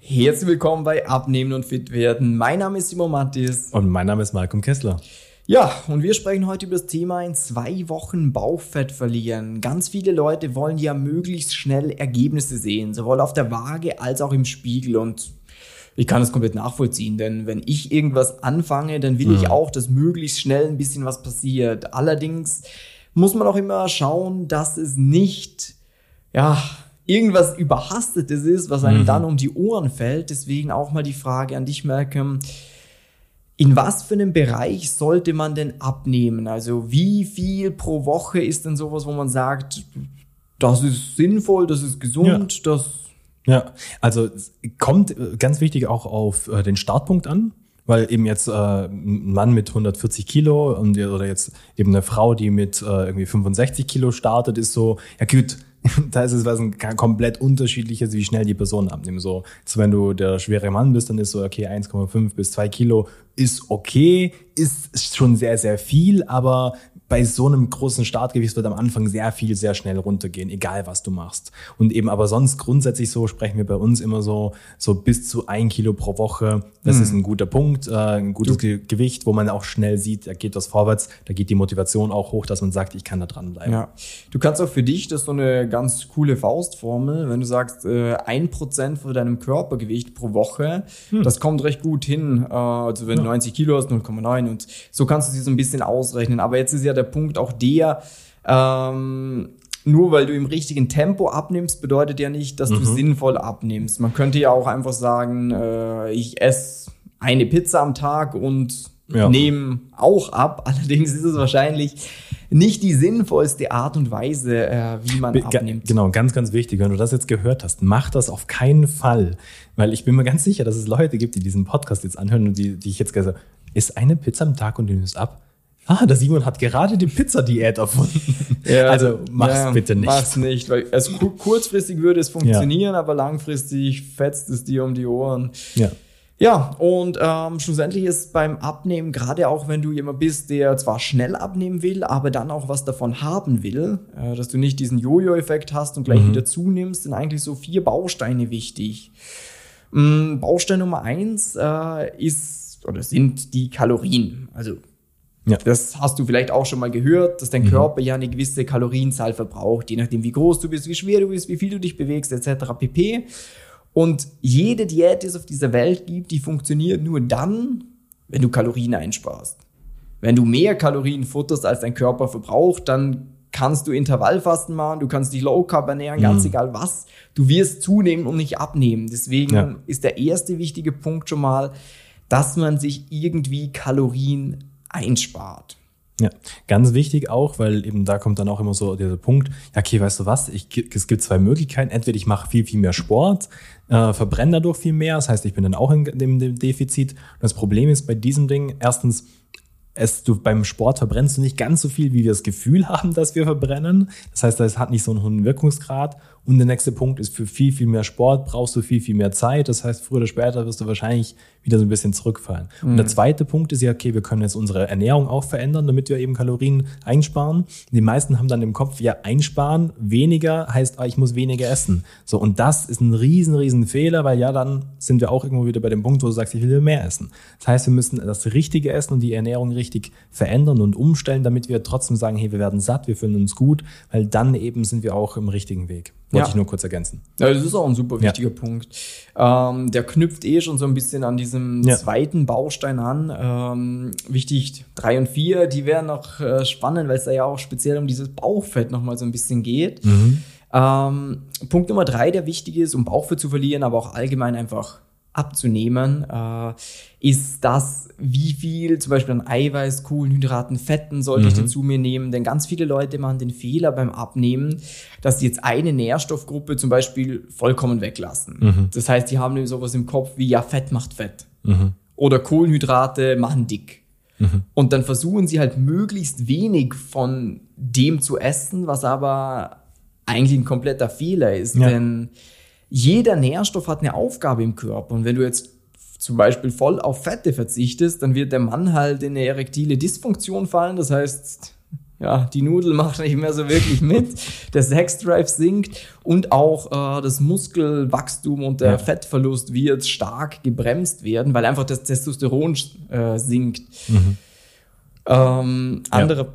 Herzlich willkommen bei Abnehmen und Fit werden. Mein Name ist Simon Mattis. Und mein Name ist Malcolm Kessler. Ja, und wir sprechen heute über das Thema in 2 Wochen Bauchfett verlieren. Ganz viele Leute wollen ja möglichst schnell Ergebnisse sehen, sowohl auf der Waage als auch im Spiegel. Und ich kann das komplett nachvollziehen, denn wenn ich irgendwas anfange, dann will ich auch, dass möglichst schnell ein bisschen was passiert. Allerdings muss man auch immer schauen, dass es nicht, irgendwas Überhastetes ist, was einem dann um die Ohren fällt. Deswegen auch mal die Frage an dich, Malcolm. In was für einem Bereich sollte man denn abnehmen? Also wie viel pro Woche ist denn sowas, wo man sagt, das ist sinnvoll, das ist gesund, Ja, also es kommt ganz wichtig auch auf den Startpunkt an, weil eben jetzt ein Mann mit 140 Kilo oder jetzt eben eine Frau, die mit irgendwie 65 Kilo startet, ist so, ja gut, da ist es was ein komplett unterschiedliches, wie schnell die Person abnehmen. So, jetzt, wenn du der schwere Mann bist, dann ist so, okay, 1,5 bis 2 Kilo ist okay, ist schon sehr, sehr viel, aber bei so einem großen Startgewicht wird am Anfang sehr viel, sehr schnell runtergehen, egal was du machst. Und eben aber sonst grundsätzlich so sprechen wir bei uns immer so bis zu 1 Kilo pro Woche. Das ist ein guter Punkt, ein gutes Gewicht, wo man auch schnell sieht, da geht was vorwärts, da geht die Motivation auch hoch, dass man sagt, ich kann da dranbleiben. Ja, du kannst auch für dich, das ist so eine ganz coole Faustformel, wenn du sagst, 1% von deinem Körpergewicht pro Woche, das kommt recht gut hin. Also wenn du 90 Kilo hast, 0,9 und so kannst du sie so ein bisschen ausrechnen. Aber jetzt ist ja der Punkt auch der, nur weil du im richtigen Tempo abnimmst, bedeutet ja nicht, dass du sinnvoll abnimmst. Man könnte ja auch einfach sagen, ich esse eine Pizza am Tag und nehme auch ab. Allerdings ist es wahrscheinlich nicht die sinnvollste Art und Weise, wie man abnimmt. Genau, ganz, ganz wichtig. Wenn du das jetzt gehört hast, mach das auf keinen Fall. Weil ich bin mir ganz sicher, dass es Leute gibt, die diesen Podcast jetzt anhören und die ich jetzt gesagt habe, isst eine Pizza am Tag und du nimmst ab. Der Simon hat gerade die Pizzadiät erfunden. Ja, also mach's bitte nicht. Mach's nicht, weil kurzfristig würde es funktionieren, aber langfristig fetzt es dir um die Ohren. Ja, und schlussendlich ist beim Abnehmen, gerade auch wenn du jemand bist, der zwar schnell abnehmen will, aber dann auch was davon haben will, dass du nicht diesen Jojo-Effekt hast und gleich wieder zunimmst, sind eigentlich so 4 Bausteine wichtig. Baustein Nummer 1 sind die Kalorien. Also das hast du vielleicht auch schon mal gehört, dass dein Körper ja eine gewisse Kalorienzahl verbraucht, je nachdem wie groß du bist, wie schwer du bist, wie viel du dich bewegst, etc. pp. Und jede Diät, die es auf dieser Welt gibt, die funktioniert nur dann, wenn du Kalorien einsparst. Wenn du mehr Kalorien futterst, als dein Körper verbraucht, dann kannst du Intervallfasten machen, du kannst dich Low Carb ernähren, ganz egal was. Du wirst zunehmen und nicht abnehmen. Deswegen ist der erste wichtige Punkt schon mal, dass man sich irgendwie Kalorien einspart. Ja, ganz wichtig auch, weil eben da kommt dann auch immer so dieser Punkt, ja okay, weißt du was, es gibt 2 Möglichkeiten, entweder ich mache viel, viel mehr Sport, verbrenne dadurch viel mehr, das heißt, ich bin dann auch in dem Defizit. Und das Problem ist bei diesem Ding, erstens, beim Sport verbrennst du nicht ganz so viel, wie wir das Gefühl haben, dass wir verbrennen. Das heißt, es hat nicht so einen hohen Wirkungsgrad. Und der nächste Punkt ist, für viel, viel mehr Sport brauchst du viel, viel mehr Zeit. Das heißt, früher oder später wirst du wahrscheinlich wieder so ein bisschen zurückfallen. Und der zweite Punkt ist ja, okay, wir können jetzt unsere Ernährung auch verändern, damit wir eben Kalorien einsparen. Die meisten haben dann im Kopf, einsparen, weniger heißt, ich muss weniger essen. So, und das ist ein riesen Fehler, weil dann sind wir auch irgendwo wieder bei dem Punkt, wo du sagst, ich will mehr essen. Das heißt, wir müssen das richtige Essen und die Ernährung richtig verändern und umstellen, damit wir trotzdem sagen, hey, wir werden satt, wir fühlen uns gut, weil dann eben sind wir auch im richtigen Weg. Wollte ich nur kurz ergänzen. Ja, das ist auch ein super wichtiger Punkt. Der knüpft schon so ein bisschen an diesem zweiten Baustein an. Wichtig, 3 und 4, die wären noch spannend, weil es da ja auch speziell um dieses Bauchfett nochmal so ein bisschen geht. Punkt Nummer 3, der wichtig ist, um Bauchfett zu verlieren, aber auch allgemein einfach abzunehmen, ist das, wie viel zum Beispiel an Eiweiß, Kohlenhydraten, Fetten sollte ich denn zu mir nehmen, denn ganz viele Leute machen den Fehler beim Abnehmen, dass sie jetzt eine Nährstoffgruppe zum Beispiel vollkommen weglassen. Das heißt, die haben sowas im Kopf wie, Fett macht Fett oder Kohlenhydrate machen dick. Und dann versuchen sie halt möglichst wenig von dem zu essen, was aber eigentlich ein kompletter Fehler ist, denn jeder Nährstoff hat eine Aufgabe im Körper und wenn du jetzt zum Beispiel voll auf Fette verzichtest, dann wird der Mann halt in eine erektile Dysfunktion fallen, das heißt, ja, die Nudel macht nicht mehr so wirklich mit, der Sexdrive sinkt und auch das Muskelwachstum und der Fettverlust wird stark gebremst werden, weil einfach das Testosteron sinkt. Anderer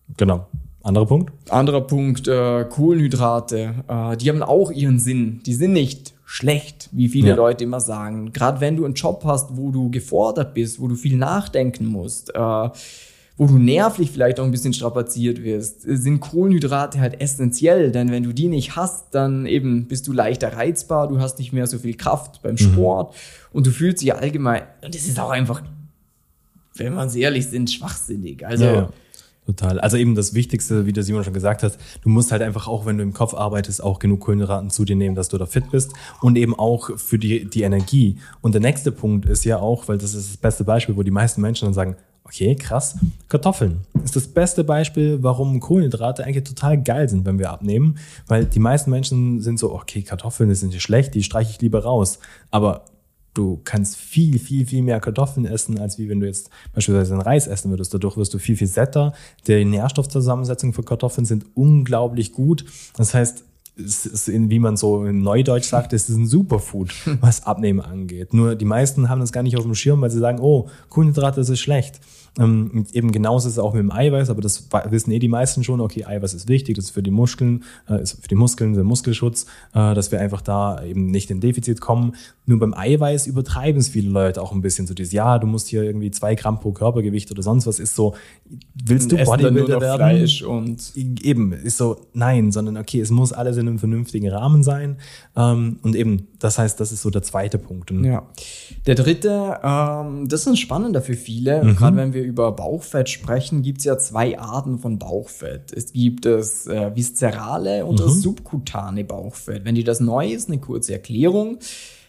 Punkt, Kohlenhydrate, die haben auch ihren Sinn. Die sind nicht schlecht, wie viele Leute immer sagen. Gerade wenn du einen Job hast, wo du gefordert bist, wo du viel nachdenken musst, wo du nervlich vielleicht auch ein bisschen strapaziert wirst, sind Kohlenhydrate halt essentiell. Denn wenn du die nicht hast, dann eben bist du leichter reizbar, du hast nicht mehr so viel Kraft beim Sport und du fühlst dich allgemein, und das ist auch einfach, wenn wir uns ehrlich sind, schwachsinnig. Also total. Also eben das Wichtigste, wie der Simon schon gesagt hat, du musst halt einfach auch, wenn du im Kopf arbeitest, auch genug Kohlenhydraten zu dir nehmen, dass du da fit bist und eben auch für die Energie. Und der nächste Punkt ist ja auch, weil das ist das beste Beispiel, wo die meisten Menschen dann sagen, okay, krass, Kartoffeln ist das beste Beispiel, warum Kohlenhydrate eigentlich total geil sind, wenn wir abnehmen, weil die meisten Menschen sind so, okay, Kartoffeln, die sind nicht schlecht, die streiche ich lieber raus, aber du kannst viel, viel, viel mehr Kartoffeln essen, als wie wenn du jetzt beispielsweise einen Reis essen würdest. Dadurch wirst du viel, viel satter. Die Nährstoffzusammensetzung für Kartoffeln sind unglaublich gut. Das heißt, es ist, wie man so in Neudeutsch sagt, es ist ein Superfood, was Abnehmen angeht. Nur die meisten haben das gar nicht auf dem Schirm, weil sie sagen, oh, Kohlenhydrate, das ist schlecht. Eben genauso ist es auch mit dem Eiweiß, aber das wissen die meisten schon, okay, Eiweiß ist wichtig, das ist für die Muskeln, der Muskelschutz, dass wir einfach da eben nicht in Defizit kommen. Nur beim Eiweiß übertreiben es viele Leute auch ein bisschen, so dieses, ja, du musst hier irgendwie 2 Gramm pro Körpergewicht oder sonst was, ist so, willst du Bodybuilder werden? Fleisch und eben, ist so, nein, sondern okay, es muss alles in einem vernünftigen Rahmen sein und eben, das heißt, das ist so der zweite Punkt. Ja. Der dritte, das ist spannender für viele, gerade wenn wir über Bauchfett sprechen, gibt es ja 2 Arten von Bauchfett. Es gibt das viszerale und das subkutane Bauchfett. Wenn dir das neu ist, eine kurze Erklärung.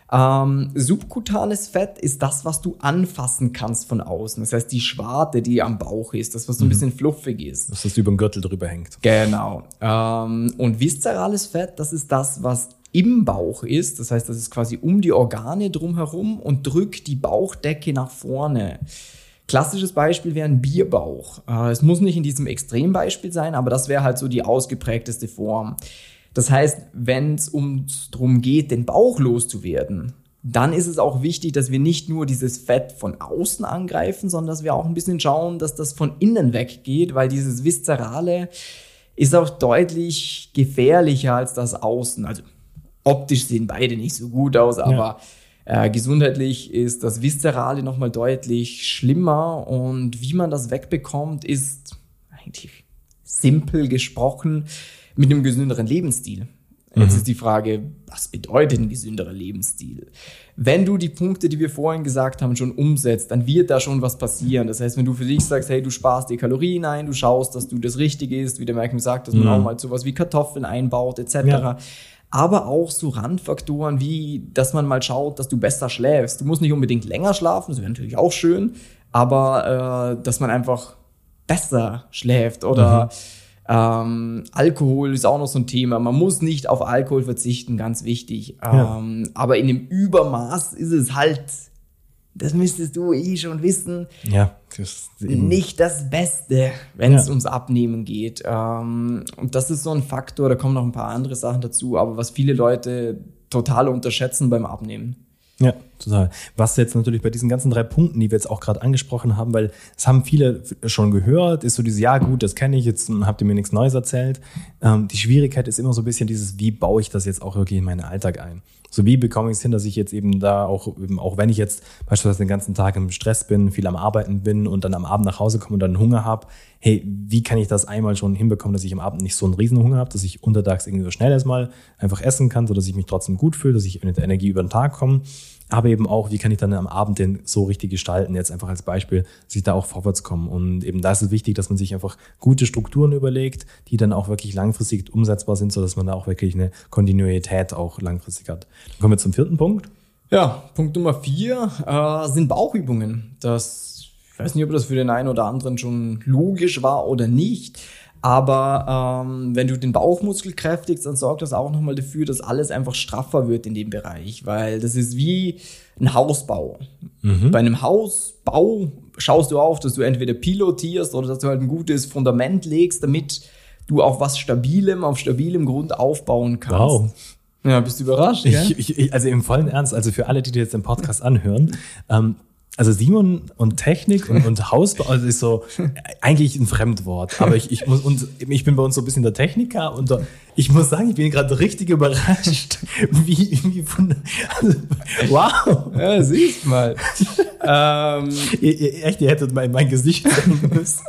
Subkutanes Fett ist das, was du anfassen kannst von außen. Das heißt, die Schwarte, die am Bauch ist, das, was so ein bisschen fluffig ist. Das über den Gürtel drüber hängt. Genau. Und viszerales Fett, das ist das, was im Bauch ist. Das heißt, das ist quasi um die Organe drumherum und drückt die Bauchdecke nach vorne. Klassisches Beispiel wäre ein Bierbauch. Es muss nicht in diesem Extrembeispiel sein, aber das wäre halt so die ausgeprägteste Form. Das heißt, wenn es darum geht, den Bauch loszuwerden, dann ist es auch wichtig, dass wir nicht nur dieses Fett von außen angreifen, sondern dass wir auch ein bisschen schauen, dass das von innen weggeht, weil dieses Viszerale ist auch deutlich gefährlicher als das Außen. Also optisch sehen beide nicht so gut aus, aber gesundheitlich ist das Viszerale nochmal deutlich schlimmer und wie man das wegbekommt, ist eigentlich simpel gesprochen mit einem gesünderen Lebensstil. Jetzt ist die Frage, was bedeutet ein gesünderer Lebensstil? Wenn du die Punkte, die wir vorhin gesagt haben, schon umsetzt, dann wird da schon was passieren. Das heißt, wenn du für dich sagst, hey, du sparst dir Kalorien ein, du schaust, dass du das Richtige isst, wie der Malcolm sagt, dass man auch mal sowas wie Kartoffeln einbaut, etc. Ja. Aber auch so Randfaktoren wie, dass man mal schaut, dass du besser schläfst. Du musst nicht unbedingt länger schlafen, das wäre natürlich auch schön, aber dass man einfach besser schläft oder Alkohol ist auch noch so ein Thema. Man muss nicht auf Alkohol verzichten, ganz wichtig. Aber in dem Übermaß ist es halt, das müsstest du schon wissen, nicht das Beste, wenn es ums Abnehmen geht. Und das ist so ein Faktor, da kommen noch ein paar andere Sachen dazu, aber was viele Leute total unterschätzen beim Abnehmen. Ja, total. Was jetzt natürlich bei diesen ganzen 3 Punkten, die wir jetzt auch gerade angesprochen haben, weil das haben viele schon gehört, ist so dieses, ja gut, das kenne ich, jetzt habt ihr mir nichts Neues erzählt. Die Schwierigkeit ist immer so ein bisschen dieses, wie baue ich das jetzt auch wirklich in meinen Alltag ein? So wie bekomme ich es hin, dass ich jetzt eben da auch wenn ich jetzt beispielsweise den ganzen Tag im Stress bin, viel am Arbeiten bin und dann am Abend nach Hause komme und dann Hunger habe, hey, wie kann ich das einmal schon hinbekommen, dass ich am Abend nicht so einen Riesenhunger habe, dass ich untertags irgendwie so schnell erstmal einfach essen kann, sodass ich mich trotzdem gut fühle, dass ich mit der Energie über den Tag komme. Aber eben auch, wie kann ich dann am Abend den so richtig gestalten, jetzt einfach als Beispiel, dass ich da auch vorwärts komme. Und eben da ist es wichtig, dass man sich einfach gute Strukturen überlegt, die dann auch wirklich langfristig umsetzbar sind, sodass man da auch wirklich eine Kontinuität auch langfristig hat. Dann kommen wir zum 4. Punkt. Ja, Punkt Nummer 4 sind Bauchübungen. Ich weiß nicht, ob das für den einen oder anderen schon logisch war oder nicht. Aber wenn du den Bauchmuskel kräftigst, dann sorgt das auch nochmal dafür, dass alles einfach straffer wird in dem Bereich, weil das ist wie ein Hausbau. Bei einem Hausbau schaust du auf, dass du entweder pilotierst oder dass du halt ein gutes Fundament legst, damit du auf was auf stabilem Grund aufbauen kannst. Wow. Ja, bist du überrascht, gell? Also im vollen Ernst, also für alle, die jetzt den Podcast anhören, also Simon und Technik und Hausbau, also ist so eigentlich ein Fremdwort, aber ich bin bei uns so ein bisschen der Techniker und ich muss sagen, ich bin gerade richtig überrascht, wie wow. Ja, siehst mal. Echt, ihr hättet mal in mein Gesicht sehen müssen.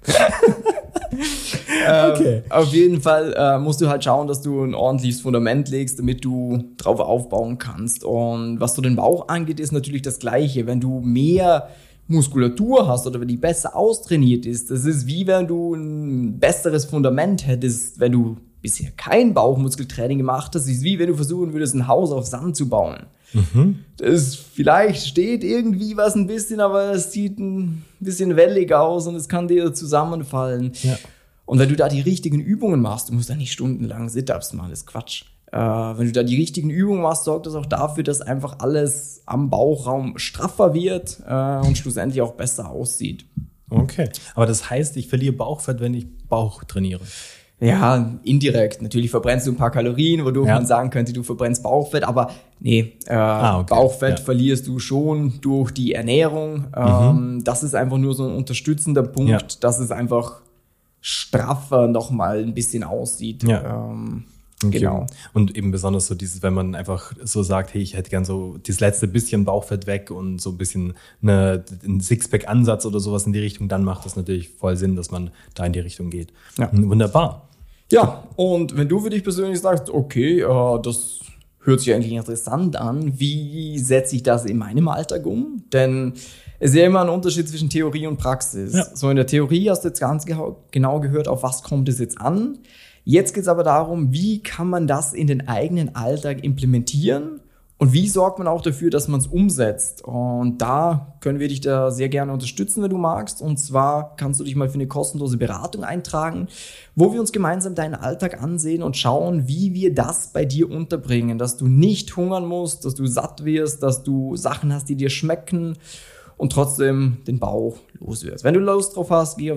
Okay. Auf jeden Fall musst du halt schauen, dass du ein ordentliches Fundament legst, damit du drauf aufbauen kannst. Und was so den Bauch angeht, ist natürlich das Gleiche. Wenn du mehr Muskulatur hast oder wenn die besser austrainiert ist, das ist wie wenn du ein besseres Fundament hättest, wenn du bisher kein Bauchmuskeltraining gemacht hast. Das ist wie wenn du versuchen würdest, ein Haus auf Sand zu bauen. Das vielleicht steht irgendwie was ein bisschen, aber es sieht ein bisschen wellig aus und es kann dir zusammenfallen. Ja. Und wenn du da die richtigen Übungen machst, du musst da nicht stundenlang Sit-Ups machen, das ist Quatsch. Wenn du da die richtigen Übungen machst, sorgt das auch dafür, dass einfach alles am Bauchraum straffer wird und schlussendlich auch besser aussieht. Okay, aber das heißt, ich verliere Bauchfett, wenn ich Bauch trainiere? Ja, indirekt. Natürlich verbrennst du ein paar Kalorien, wodurch man sagen könnte, du verbrennst Bauchfett, aber nee, okay. Bauchfett verlierst du schon durch die Ernährung. Das ist einfach nur so ein unterstützender Punkt, dass es einfach straffer nochmal ein bisschen aussieht. Ja. Okay. Genau. Und eben besonders so dieses, wenn man einfach so sagt, hey, ich hätte gern so das letzte bisschen Bauchfett weg und so ein bisschen einen Sixpack-Ansatz oder sowas in die Richtung, dann macht das natürlich voll Sinn, dass man da in die Richtung geht. Ja. Wunderbar. Ja, und wenn du für dich persönlich sagst, okay, das hört sich eigentlich interessant an, wie setze ich das in meinem Alltag um? Denn es ist ja immer ein Unterschied zwischen Theorie und Praxis. Ja. So in der Theorie hast du jetzt ganz genau gehört, auf was kommt es jetzt an. Jetzt geht es aber darum, wie kann man das in den eigenen Alltag implementieren und wie sorgt man auch dafür, dass man es umsetzt. Und da können wir dich da sehr gerne unterstützen, wenn du magst. Und zwar kannst du dich mal für eine kostenlose Beratung eintragen, wo wir uns gemeinsam deinen Alltag ansehen und schauen, wie wir das bei dir unterbringen, dass du nicht hungern musst, dass du satt wirst, dass du Sachen hast, die dir schmecken und trotzdem den Bauch los wirst. Wenn du Lust drauf hast, geh auf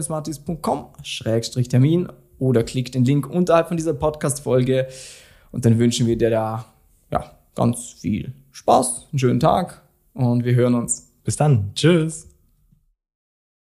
simon-martis.com/Termin oder klick den Link unterhalb von dieser Podcast-Folge und dann wünschen wir dir da ganz viel Spaß, einen schönen Tag und wir hören uns. Bis dann. Tschüss.